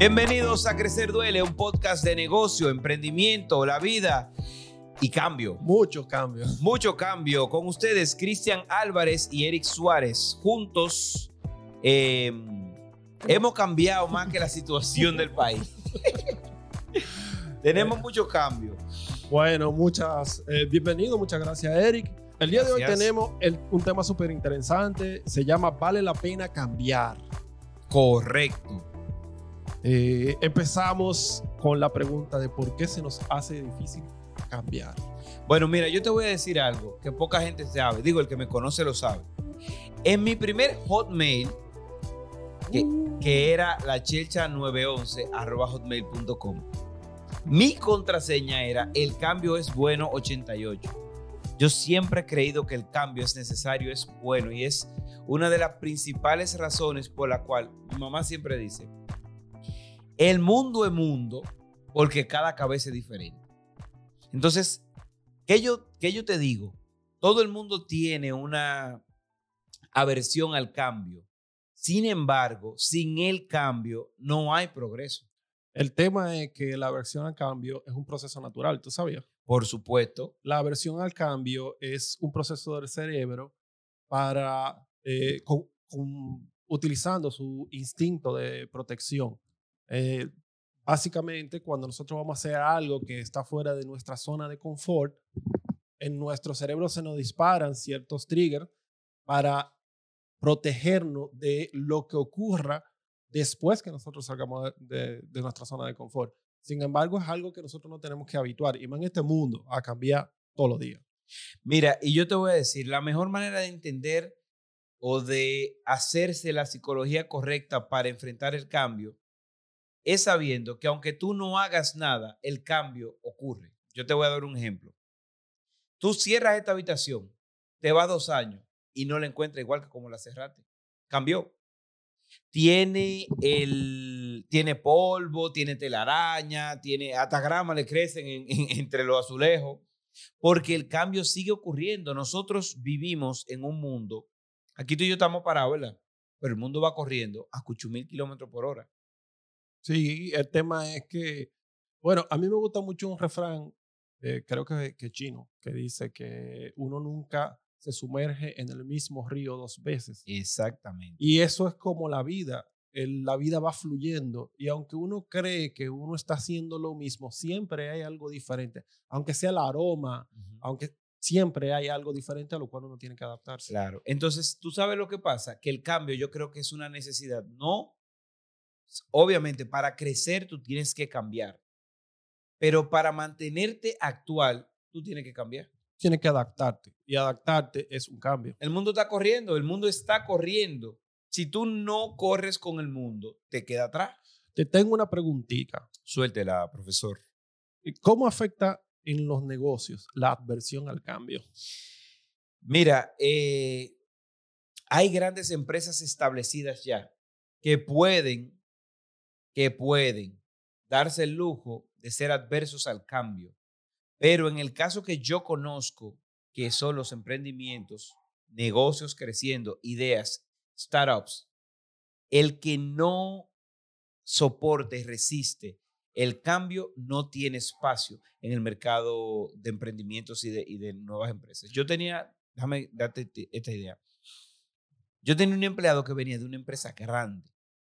Bienvenidos a Crecer Duele, un podcast de negocio, emprendimiento, la vida y cambio. Muchos cambios. Mucho cambio. Con ustedes, Cristian Álvarez y Eric Suárez. Juntos hemos cambiado más que la situación del país. Tenemos mucho cambio. Bueno, bienvenido, muchas gracias, Eric. El día de hoy tenemos un tema súper interesante. Se llama ¿Vale la pena cambiar? Correcto. Empezamos con la pregunta de por qué se nos hace difícil cambiar. Bueno, mira, yo te voy a decir algo que poca gente sabe. Digo, el que me conoce lo sabe. En mi primer Hotmail, que era lachelcha911@hotmail.com, mi contraseña era el cambio es bueno 88. Yo siempre he creído que el cambio es necesario, es bueno, y es una de las principales razones por la cual mi mamá siempre dice: el mundo es mundo porque cada cabeza es diferente. Entonces, ¿qué yo te digo? Todo el mundo tiene una aversión al cambio. Sin embargo, sin el cambio no hay progreso. El tema es que la aversión al cambio es un proceso natural, ¿tú sabías? Por supuesto. La aversión al cambio es un proceso del cerebro para utilizando su instinto de protección. Básicamente, cuando nosotros vamos a hacer algo que está fuera de nuestra zona de confort, en nuestro cerebro se nos disparan ciertos triggers para protegernos de lo que ocurra después que nosotros salgamos de nuestra zona de confort. Sin embargo, es algo que nosotros no tenemos que habituar, y más en este mundo, a cambiar todos los días. Mira, y yo te voy a decir, la mejor manera de entender o de hacerse la psicología correcta para enfrentar el cambio es sabiendo que aunque tú no hagas nada, el cambio ocurre. Yo te voy a dar un ejemplo. Tú cierras esta habitación, te va 2 años y no la encuentras igual que como la cerraste. Cambió. Tiene polvo, tiene telaraña, hasta grama le crecen entre los azulejos, porque el cambio sigue ocurriendo. Nosotros vivimos en un mundo, aquí tú y yo estamos parados, ¿verdad? Pero el mundo va corriendo a 8,000 kilómetros por hora. Sí, el tema es que, bueno, a mí me gusta mucho un refrán, creo que chino, que dice que uno nunca se sumerge en el mismo río 2 veces. Exactamente. Y eso es como la vida. La vida va fluyendo, y aunque uno cree que uno está haciendo lo mismo, siempre hay algo diferente. Aunque sea el aroma, aunque siempre hay algo diferente a lo cual uno tiene que adaptarse. Claro. Entonces, ¿tú sabes lo que pasa? Que el cambio yo creo que es una necesidad. No, obviamente, para crecer tú tienes que cambiar, pero para mantenerte actual, tú tienes que cambiar. Tienes que adaptarte, y adaptarte es un cambio. El mundo está corriendo, el mundo está corriendo. Si tú no corres con el mundo, te queda atrás. Te tengo una preguntita. Suéltela, profesor. ¿Cómo afecta en los negocios la adversión al cambio? Mira, hay grandes empresas establecidas ya que pueden darse el lujo de ser adversos al cambio. Pero en el caso que yo conozco, que son los emprendimientos, negocios creciendo, ideas, startups, el que no soporte y resiste el cambio no tiene espacio en el mercado de emprendimientos y de nuevas empresas. Déjame darte esta idea. Yo tenía un empleado que venía de una empresa grande.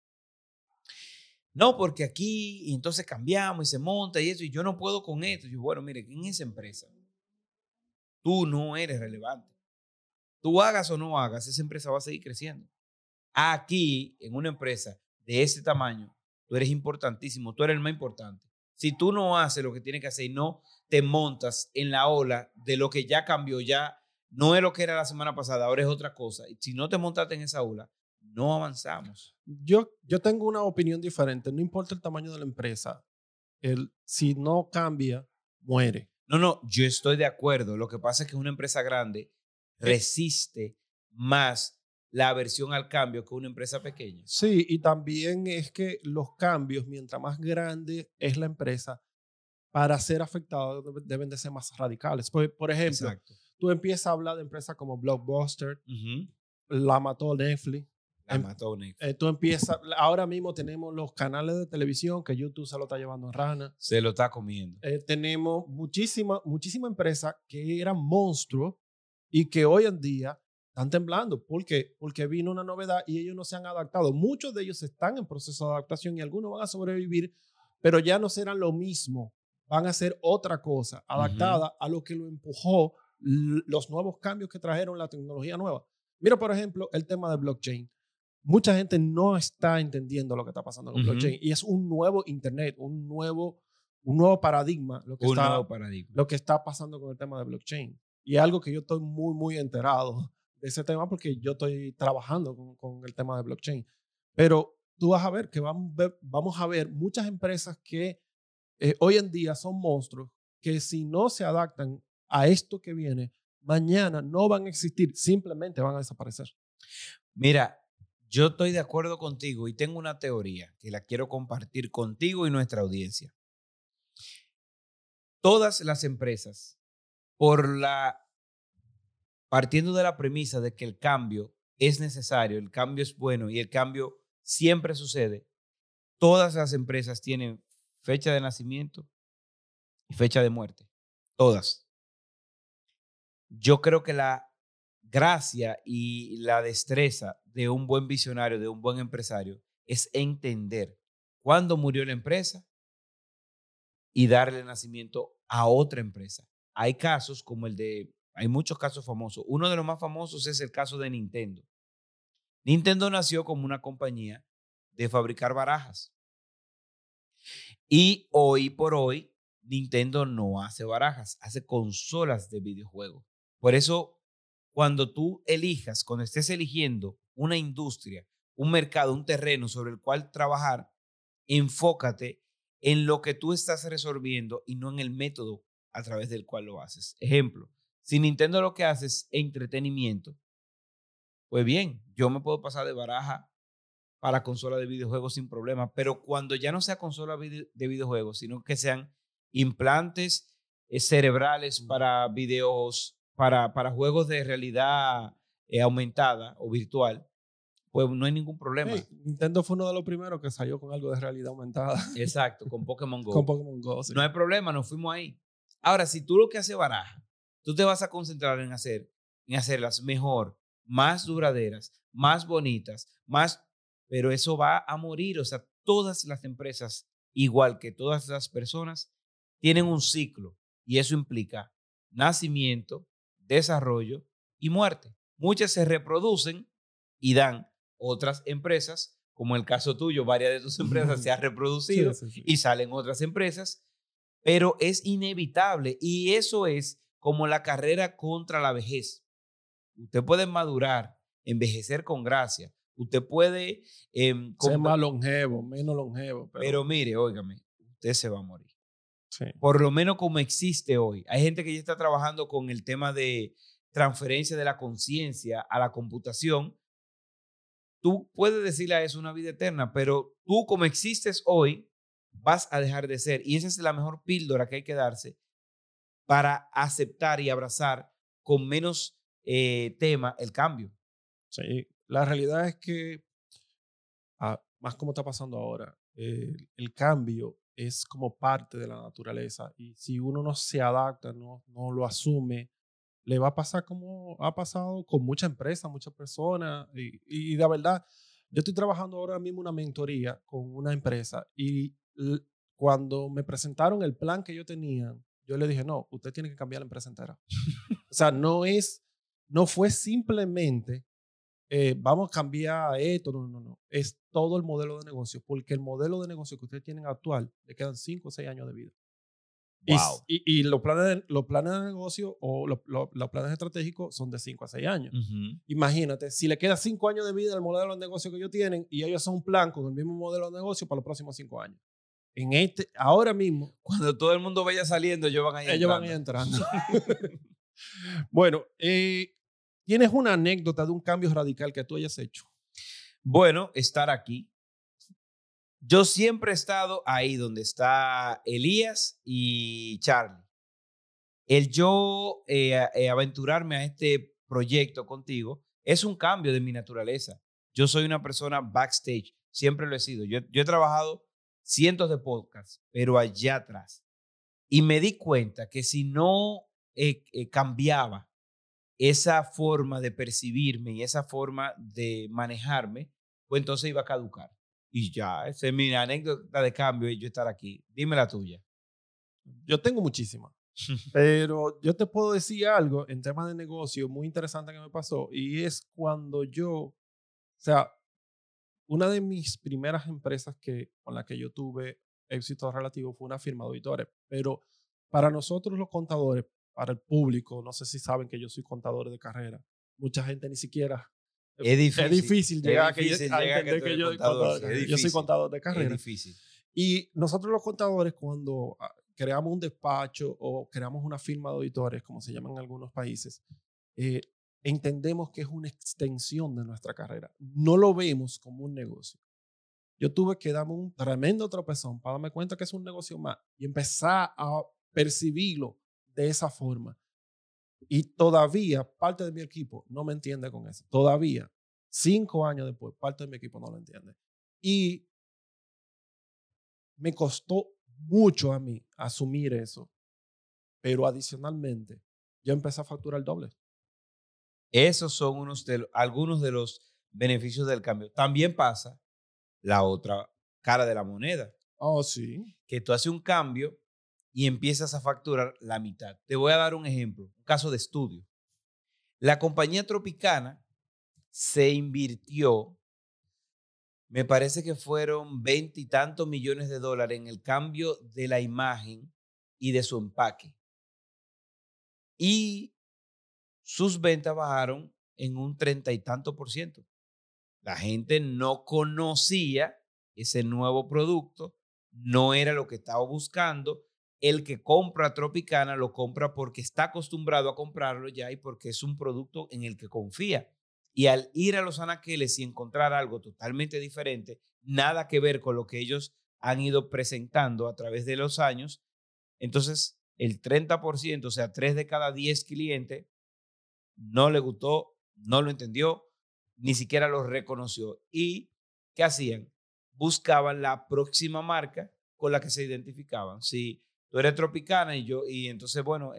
No, porque aquí, y entonces cambiamos y se monta y eso, y yo no puedo con esto. Yo, bueno, mire, en esa empresa, tú no eres relevante. Tú hagas o no hagas, esa empresa va a seguir creciendo. Aquí, en una empresa de ese tamaño, tú eres importantísimo, tú eres el más importante. Si tú no haces lo que tienes que hacer y no te montas en la ola de lo que ya cambió, ya no es lo que era la semana pasada, ahora es otra cosa. Y si no te montaste en esa ola, no avanzamos. Yo tengo una opinión diferente. No importa el tamaño de la empresa. Si no cambia, muere. No, yo estoy de acuerdo. Lo que pasa es que una empresa grande resiste más la aversión al cambio que una empresa pequeña. Sí, y también es que los cambios, mientras más grande es la empresa, para ser afectados deben de ser más radicales. Por ejemplo, Exacto. tú empiezas a hablar de empresas como Blockbuster, la mató Netflix, La mató Netflix. Tú empiezas, ahora mismo tenemos los canales de televisión que YouTube se lo está llevando en rana. Se lo está comiendo. Tenemos muchísimas empresas que eran monstruos y que hoy en día están temblando. ¿Por qué? Porque vino una novedad y ellos no se han adaptado. Muchos de ellos están en proceso de adaptación y algunos van a sobrevivir, pero ya no serán lo mismo. Van a ser otra cosa, adaptada a lo que lo empujó los nuevos cambios que trajeron la tecnología nueva. Mira, por ejemplo, el tema de blockchain. Mucha gente no está entendiendo lo que está pasando con blockchain y es un nuevo internet, un nuevo paradigma lo que está pasando con el tema de blockchain. Y es algo que yo estoy muy, muy enterado de ese tema porque yo estoy trabajando con el tema de blockchain. Pero tú vas a ver que vamos a ver muchas empresas que hoy en día son monstruos que si no se adaptan a esto que viene, mañana no van a existir, simplemente van a desaparecer. Mira, yo estoy de acuerdo contigo y tengo una teoría que la quiero compartir contigo y nuestra audiencia. Todas las empresas, partiendo de la premisa de que el cambio es necesario, el cambio es bueno y el cambio siempre sucede, todas las empresas tienen fecha de nacimiento y fecha de muerte. Todas. Yo creo que la gracia y la destreza de un buen visionario, de un buen empresario, es entender cuándo murió la empresa y darle nacimiento a otra empresa. Hay casos como hay muchos casos famosos. Uno de los más famosos es el caso de Nintendo. Nintendo nació como una compañía de fabricar barajas. Y hoy por hoy, Nintendo no hace barajas, hace consolas de videojuegos. Por eso, cuando estés eligiendo una industria, un mercado, un terreno sobre el cual trabajar, enfócate en lo que tú estás resolviendo y no en el método a través del cual lo haces. Ejemplo, si Nintendo lo que hace es entretenimiento, pues bien, yo me puedo pasar de baraja para consola de videojuegos sin problema, pero cuando ya no sea consola de videojuegos, sino que sean implantes cerebrales para videos, para juegos de realidad aumentada o virtual, pues no hay ningún problema. Hey, Nintendo fue uno de los primeros que salió con algo de realidad aumentada. Exacto, con Pokémon Go. Con Pokémon Go, sí. No hay problema, nos fuimos ahí. Ahora, si tú lo que haces baraja, tú te vas a concentrar en hacerlas mejor, más duraderas, más bonitas, pero eso va a morir. O sea, todas las empresas, igual que todas las personas, tienen un ciclo y eso implica nacimiento, desarrollo y muerte. Muchas se reproducen y dan otras empresas, como el caso tuyo, varias de tus empresas se han reproducido sí. Y salen otras empresas, pero es inevitable y eso es como la carrera contra la vejez. Usted puede madurar, envejecer con gracia, usted puede ser más longevo, menos longevo. Pero mire, óigame, usted se va a morir. Sí. Por lo menos como existe hoy. Hay gente que ya está trabajando con el tema de transferencia de la conciencia a la computación. Tú puedes decirle a eso una vida eterna, pero tú como existes hoy vas a dejar de ser. Y esa es la mejor píldora que hay que darse para aceptar y abrazar con menos tema el cambio. Sí, la realidad es que, más como está pasando ahora, el cambio es como parte de la naturaleza y si uno no se adapta, no lo asume, le va a pasar como ha pasado con muchas empresas, muchas personas y la verdad, yo estoy trabajando ahora mismo una mentoría con una empresa y cuando me presentaron el plan que yo tenía, yo le dije, no, usted tiene que cambiar la empresa entera. O sea, no fue simplemente vamos a cambiar esto, no. Es todo el modelo de negocio, porque el modelo de negocio que ustedes tienen actual le quedan 5 o 6 años de vida. Wow. Y los planes de negocio o los planes estratégicos son de 5 a 6 años. Imagínate, si le queda 5 años de vida al modelo de negocio que ellos tienen y ellos hacen un plan con el mismo modelo de negocio para los próximos 5 años. Ahora mismo. Cuando todo el mundo vaya saliendo, ellos van a ir entrando. Bueno, ¿tienes una anécdota de un cambio radical que tú hayas hecho? Bueno, estar aquí. Yo siempre he estado ahí donde está Elías y Charlie. El yo aventurarme a este proyecto contigo es un cambio de mi naturaleza. Yo soy una persona backstage, siempre lo he sido. Yo he trabajado cientos de podcasts, pero allá atrás. Y me di cuenta que si no cambiaba esa forma de percibirme y esa forma de manejarme, pues entonces iba a caducar. Y ya, esa es mi anécdota de cambio y yo estar aquí. Dime la tuya. Yo tengo muchísimas. Pero yo te puedo decir algo en temas de negocio muy interesante que me pasó y es cuando o sea, una de mis primeras empresas con la que yo tuve éxito relativo fue una firma de auditores, pero para nosotros los contadores, para el público, no sé si saben que yo soy contador de carrera, mucha gente ni siquiera, es difícil llegar a entender que yo soy contador de carrera. Yo soy contador de carrera. Es difícil. Y nosotros los contadores cuando creamos un despacho o creamos una firma de auditores, como se llama en algunos países, entendemos que es una extensión de nuestra carrera. No lo vemos como un negocio. Yo tuve que darme un tremendo tropezón para darme cuenta que es un negocio más y empezar a percibirlo de esa forma. Y todavía parte de mi equipo no me entiende con eso. Todavía, 5 años después, parte de mi equipo no lo entiende. Y me costó mucho a mí asumir eso, pero adicionalmente yo empecé a facturar el doble. Esos son algunos de los beneficios del cambio. También pasa la otra cara de la moneda. Oh, sí. Que tú haces un cambio y empiezas a facturar la mitad. Te voy a dar un ejemplo, un caso de estudio. La compañía Tropicana se invirtió, me parece que fueron 20 y tantos millones de dólares en el cambio de la imagen y de su empaque. Y sus ventas bajaron en un 30 y tanto por ciento. La gente no conocía ese nuevo producto, no era lo que estaba buscando. El que compra Tropicana lo compra porque está acostumbrado a comprarlo ya y porque es un producto en el que confía. Y al ir a los anaqueles y encontrar algo totalmente diferente, nada que ver con lo que ellos han ido presentando a través de los años, entonces el 30%, o sea, 3 de cada 10 clientes, no le gustó, no lo entendió, ni siquiera lo reconoció. ¿Y qué hacían? Buscaban la próxima marca con la que se identificaban. Si tú eres Tropicana y entonces, bueno,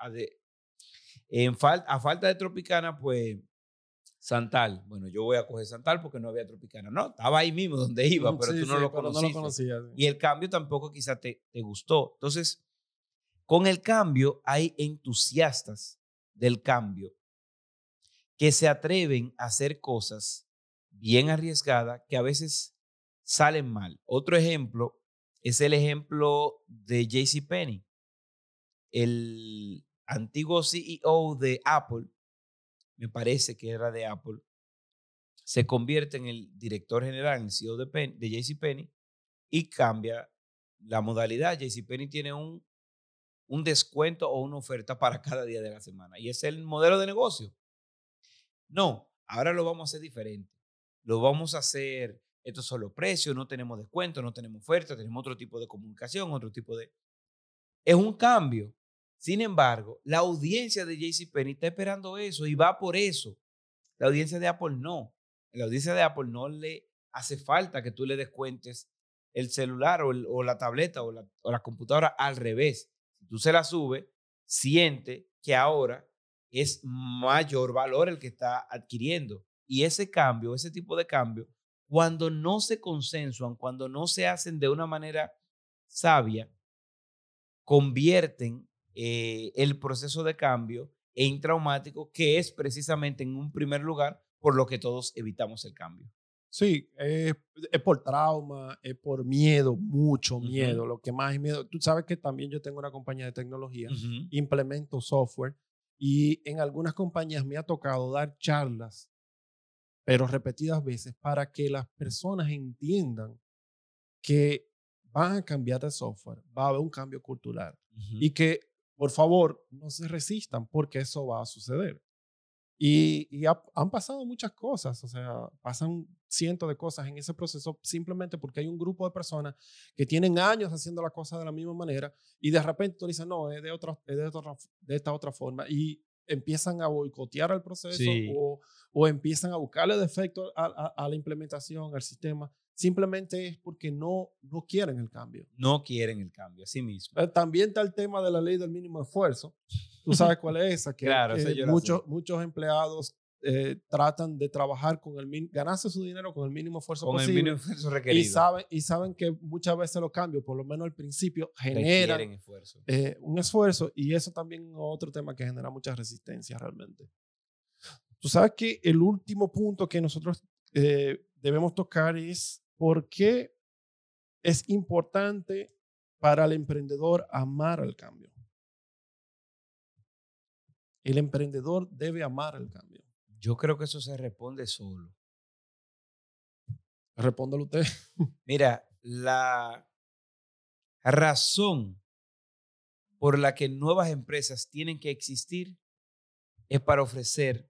a falta de Tropicana, pues Santal. Bueno, yo voy a coger Santal porque no había Tropicana. No, estaba ahí mismo donde iba, pero sí, tú no lo pero conociste. no lo conocías. Sí. Y el cambio tampoco quizá te gustó. Entonces, con el cambio hay entusiastas del cambio que se atreven a hacer cosas bien arriesgadas que a veces salen mal. Otro ejemplo es el ejemplo de JCPenney. El antiguo CEO de Apple, me parece que era de Apple, se convierte en el director general, en el CEO de JCPenney y cambia la modalidad. JCPenney tiene un descuento o una oferta para cada día de la semana y es el modelo de negocio. No, ahora lo vamos a hacer diferente. Lo vamos a hacer, estos son los precios, no tenemos descuento, no tenemos oferta, tenemos otro tipo de comunicación, otro tipo de... Es un cambio. Sin embargo, la audiencia de JCPenney está esperando eso y va por eso. La audiencia de Apple no. La audiencia de Apple no le hace falta que tú le descuentes el celular o la tableta o la computadora al revés. Si tú se la subes, siente que ahora es mayor valor el que está adquiriendo. Y ese cambio, ese tipo de cambio, cuando no se consensuan, cuando no se hacen de una manera sabia, convierten el proceso de cambio en traumático, que es precisamente en un primer lugar por lo que todos evitamos el cambio. Sí, es por trauma, es por miedo, mucho miedo. Lo que más es miedo. Tú sabes que también yo tengo una compañía de tecnología, implemento software y en algunas compañías me ha tocado dar charlas, pero repetidas veces, para que las personas entiendan que van a cambiar de software, va a haber un cambio cultural y que, por favor, no se resistan porque eso va a suceder. Y han pasado muchas cosas, o sea, pasan cientos de cosas en ese proceso simplemente porque hay un grupo de personas que tienen años haciendo las cosas de la misma manera y de repente tú dices, no, es de esta otra forma. Y empiezan a boicotear el proceso Sí, o empiezan a buscarle defectos a la implementación, al sistema, simplemente es porque no quieren el cambio. no quieren el cambio, así mismo. También está el tema de la ley del mínimo esfuerzo. Tú sabes cuál es esa, Claro, eso que yo la sé. muchos empleados tratan de trabajar ganarse su dinero con el mínimo esfuerzo Con el posible. mínimo esfuerzo requerido. Y saben que muchas veces los cambios, por lo menos al principio, Requieren generan esfuerzo. un esfuerzo, y eso también es otro tema que genera mucha resistencia realmente. Tú sabes que el último punto que nosotros debemos tocar es por qué es importante para el emprendedor amar el cambio. El emprendedor debe amar el cambio. Yo creo que eso se responde solo. Respóndalo usted. Mira, la razón por la que nuevas empresas tienen que existir es para ofrecer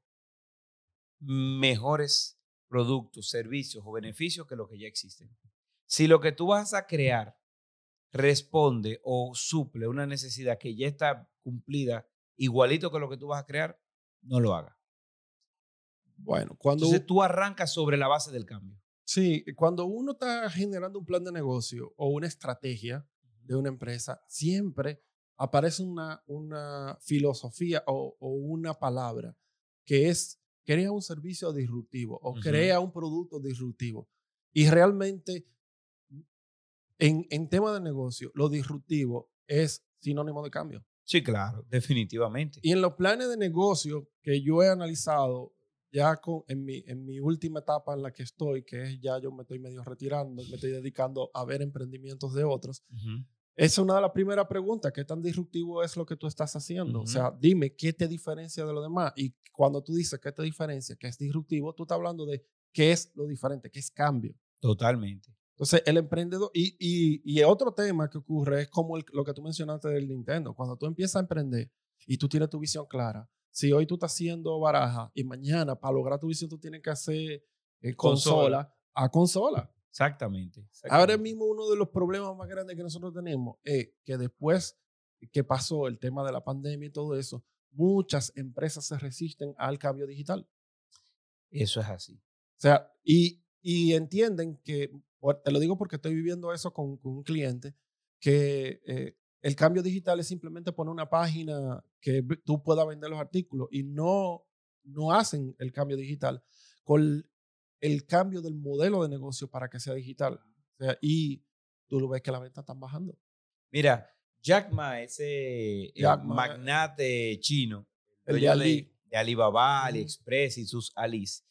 mejores productos, servicios o beneficios que los que ya existen. Si lo que tú vas a crear responde o suple una necesidad que ya está cumplida, igualito que lo que tú vas a crear, no lo hagas. Bueno, Entonces tú arrancas sobre la base del cambio. sí, cuando uno está generando un plan de negocio o una estrategia de una empresa, siempre aparece una filosofía o una palabra que es crea un servicio disruptivo o crea un producto disruptivo. Y realmente en tema de negocio, lo disruptivo es sinónimo de cambio. Sí, claro, definitivamente. Y en los planes de negocio que yo he analizado ya en mi última etapa en la que estoy, que es ya yo me estoy medio retirando, me estoy dedicando a ver emprendimientos de otros, es una de las primeras preguntas: ¿qué tan disruptivo es lo que tú estás haciendo? O sea, dime, ¿qué te diferencia de lo demás? Y cuando tú dices qué te diferencia, qué es disruptivo, tú estás hablando de qué es lo diferente, qué es cambio. Totalmente. Entonces, el emprendedor, y otro tema que ocurre es como lo que tú mencionaste del Nintendo. Cuando tú empiezas a emprender y tú tienes tu visión clara, si hoy tú estás haciendo baraja y mañana para lograr tu visión tú tienes que hacer consola a consola. Exactamente. Ahora mismo uno de los problemas más grandes que nosotros tenemos es que después que pasó el tema de la pandemia y todo eso, muchas empresas se resisten al cambio digital. Eso es así. O sea, y entienden que, te lo digo porque estoy viviendo eso con un cliente, que el cambio digital es simplemente poner una página que tú puedas vender los artículos, y no hacen el cambio digital con el cambio del modelo de negocio para que sea digital. O sea, y tú lo ves que las ventas están bajando. Mira, Jack Ma, ese Jack Ma, magnate chino, el de dueño Ali. de Alibaba, Ujú. AliExpress y sus Alis,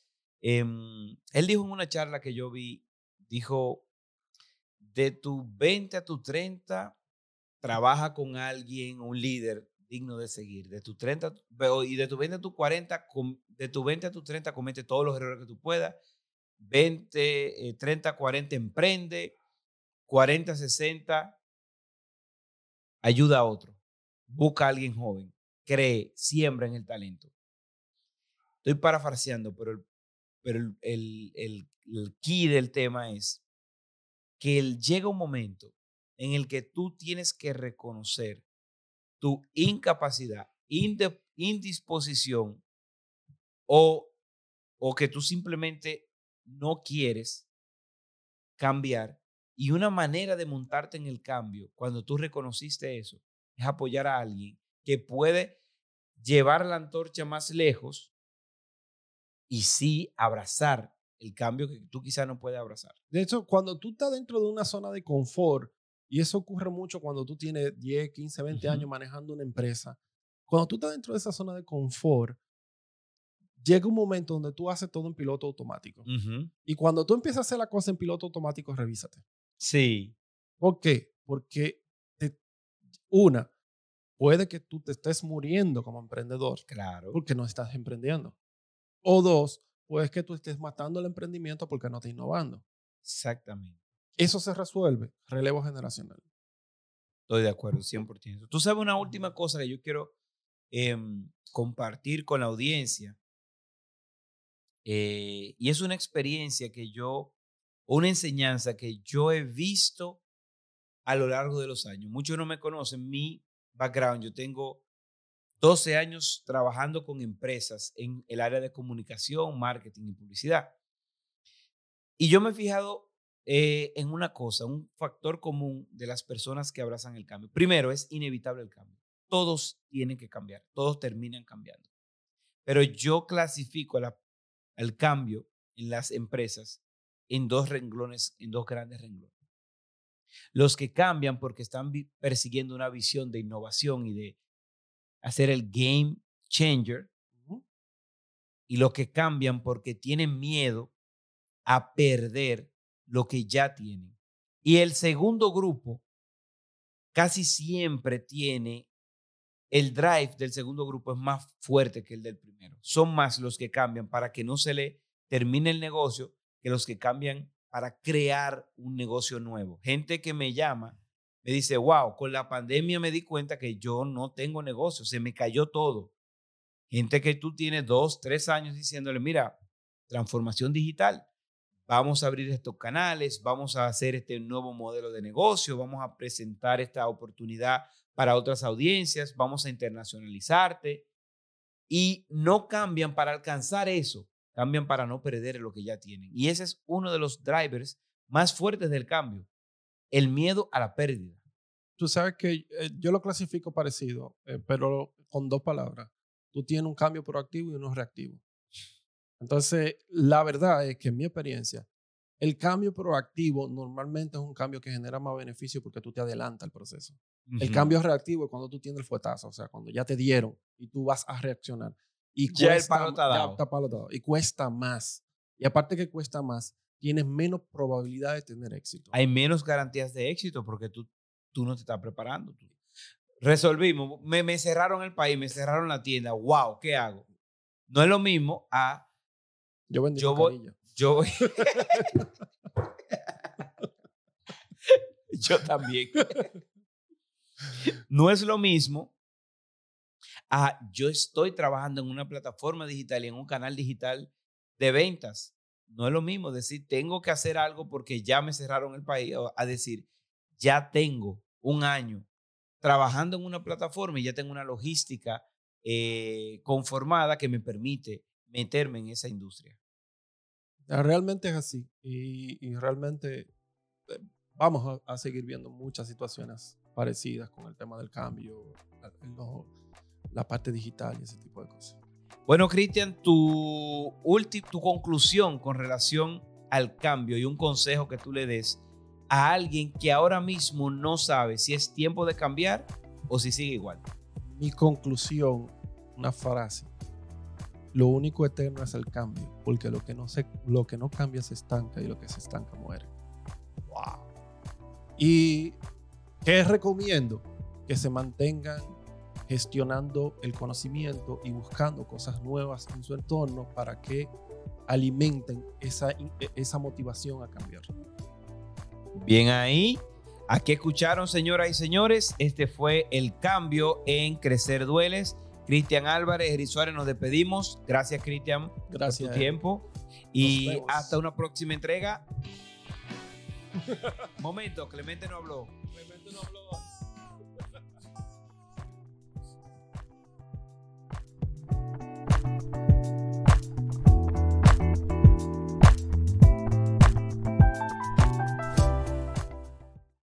él dijo en una charla que yo vi, dijo, de tu 20 a tu 30, trabaja con alguien, un líder digno de seguir. De tu 30, y de tu 20 a tu 40, de tu 20 a tu 30, comete todos los errores que tú puedas. 20, 30, 40, emprende. 40, 60, ayuda a otro. Busca a alguien joven. Cree, siembra en el talento. Estoy parafraseando, pero el key del tema es que llega un momento en el que tú tienes que reconocer tu incapacidad, indisposición o, o que tú simplemente no quieres cambiar. Y una manera de montarte en el cambio, cuando tú reconociste eso, es apoyar a alguien que puede llevar la antorcha más lejos y sí abrazar el cambio que tú quizás no puedes abrazar. De hecho, cuando tú estás dentro de una zona de confort, y eso ocurre mucho cuando tú tienes 10, 15, 20 años manejando una empresa, cuando tú estás dentro de esa zona de confort, llega un momento donde tú haces todo en piloto automático. Y cuando tú empiezas a hacer la cosa en piloto automático, revísate. Sí. ¿Por qué? Porque puede que tú te estés muriendo como emprendedor Claro. porque no estás emprendiendo. O dos, puede que tú estés matando el emprendimiento porque no estás innovando. Exactamente. Eso se resuelve, relevo generacional. Estoy de acuerdo, 100%. Tú sabes una última cosa que yo quiero compartir con la audiencia. Y es una experiencia una enseñanza que yo he visto a lo largo de los años. Muchos no me conocen mi background. Yo tengo 12 años trabajando con empresas en el área de comunicación, marketing y publicidad. Y yo me he fijado en una cosa, un factor común de las personas que abrazan el cambio. Primero, es inevitable el cambio. Todos tienen que cambiar, todos terminan cambiando. Pero yo clasifico al cambio en las empresas en dos renglones, en dos grandes renglones. Los que cambian porque están persiguiendo una visión de innovación y de hacer el game changer, y los que cambian porque tienen miedo a perder lo que ya tienen. Y el segundo grupo casi siempre tiene el drive del segundo grupo es más fuerte que el del primero. Son más los que cambian para que no se le termine el negocio que los que cambian para crear un negocio nuevo. Gente que me llama, me dice, wow, con la pandemia me di cuenta que yo no tengo negocio, se me cayó todo. Gente que tú tienes 2, 3 años diciéndole, mira, transformación digital, vamos a abrir estos canales, vamos a hacer este nuevo modelo de negocio, vamos a presentar esta oportunidad para otras audiencias, vamos a internacionalizarte. Y no cambian para alcanzar eso, cambian para no perder lo que ya tienen. Y ese es uno de los drivers más fuertes del cambio, el miedo a la pérdida. Tú sabes que yo lo clasifico parecido, pero con 2 palabras. Tú tienes un cambio proactivo y uno reactivo. Entonces, la verdad es que en mi experiencia, el cambio proactivo normalmente es un cambio que genera más beneficio porque tú te adelantas al proceso. El cambio reactivo es cuando tú tienes el fuetazo, o sea, cuando ya te dieron y tú vas a reaccionar. Y ya cuesta, el palo está dado. Ya está palo dado. Y cuesta más. Y aparte que cuesta más, tienes menos probabilidad de tener éxito. Hay menos garantías de éxito porque tú no te estás preparando. Resolvimos, me cerraron el país, me cerraron la tienda. Wow, ¿qué hago? No es lo mismo a... Yo vendí mascarilla. Yo también. No es lo mismo a yo estoy trabajando en una plataforma digital y en un canal digital de ventas. No es lo mismo decir tengo que hacer algo porque ya me cerraron el país a decir ya tengo un año trabajando en una plataforma y ya tengo una logística conformada que me permite meterme en esa industria. Realmente es así y realmente vamos a seguir viendo muchas situaciones parecidas con el tema del cambio, la parte digital y ese tipo de cosas. Bueno, Cristian, tu conclusión con relación al cambio y un consejo que tú le des a alguien que ahora mismo no sabe si es tiempo de cambiar o si sigue igual. Mi conclusión, una frase. Lo único eterno es el cambio, porque lo que no cambia se estanca y lo que se estanca muere. Wow. ¿Y qué recomiendo? Que se mantengan gestionando el conocimiento y buscando cosas nuevas en su entorno para que alimenten esa motivación a cambiar. Bien ahí. Aquí escucharon, señoras y señores. Este fue El Cambio en Crecer Dueles. Cristian Álvarez, Eri Suárez, nos despedimos. Gracias, Cristian, por tu tiempo. Y hasta una próxima entrega. Momento, Clemente no habló.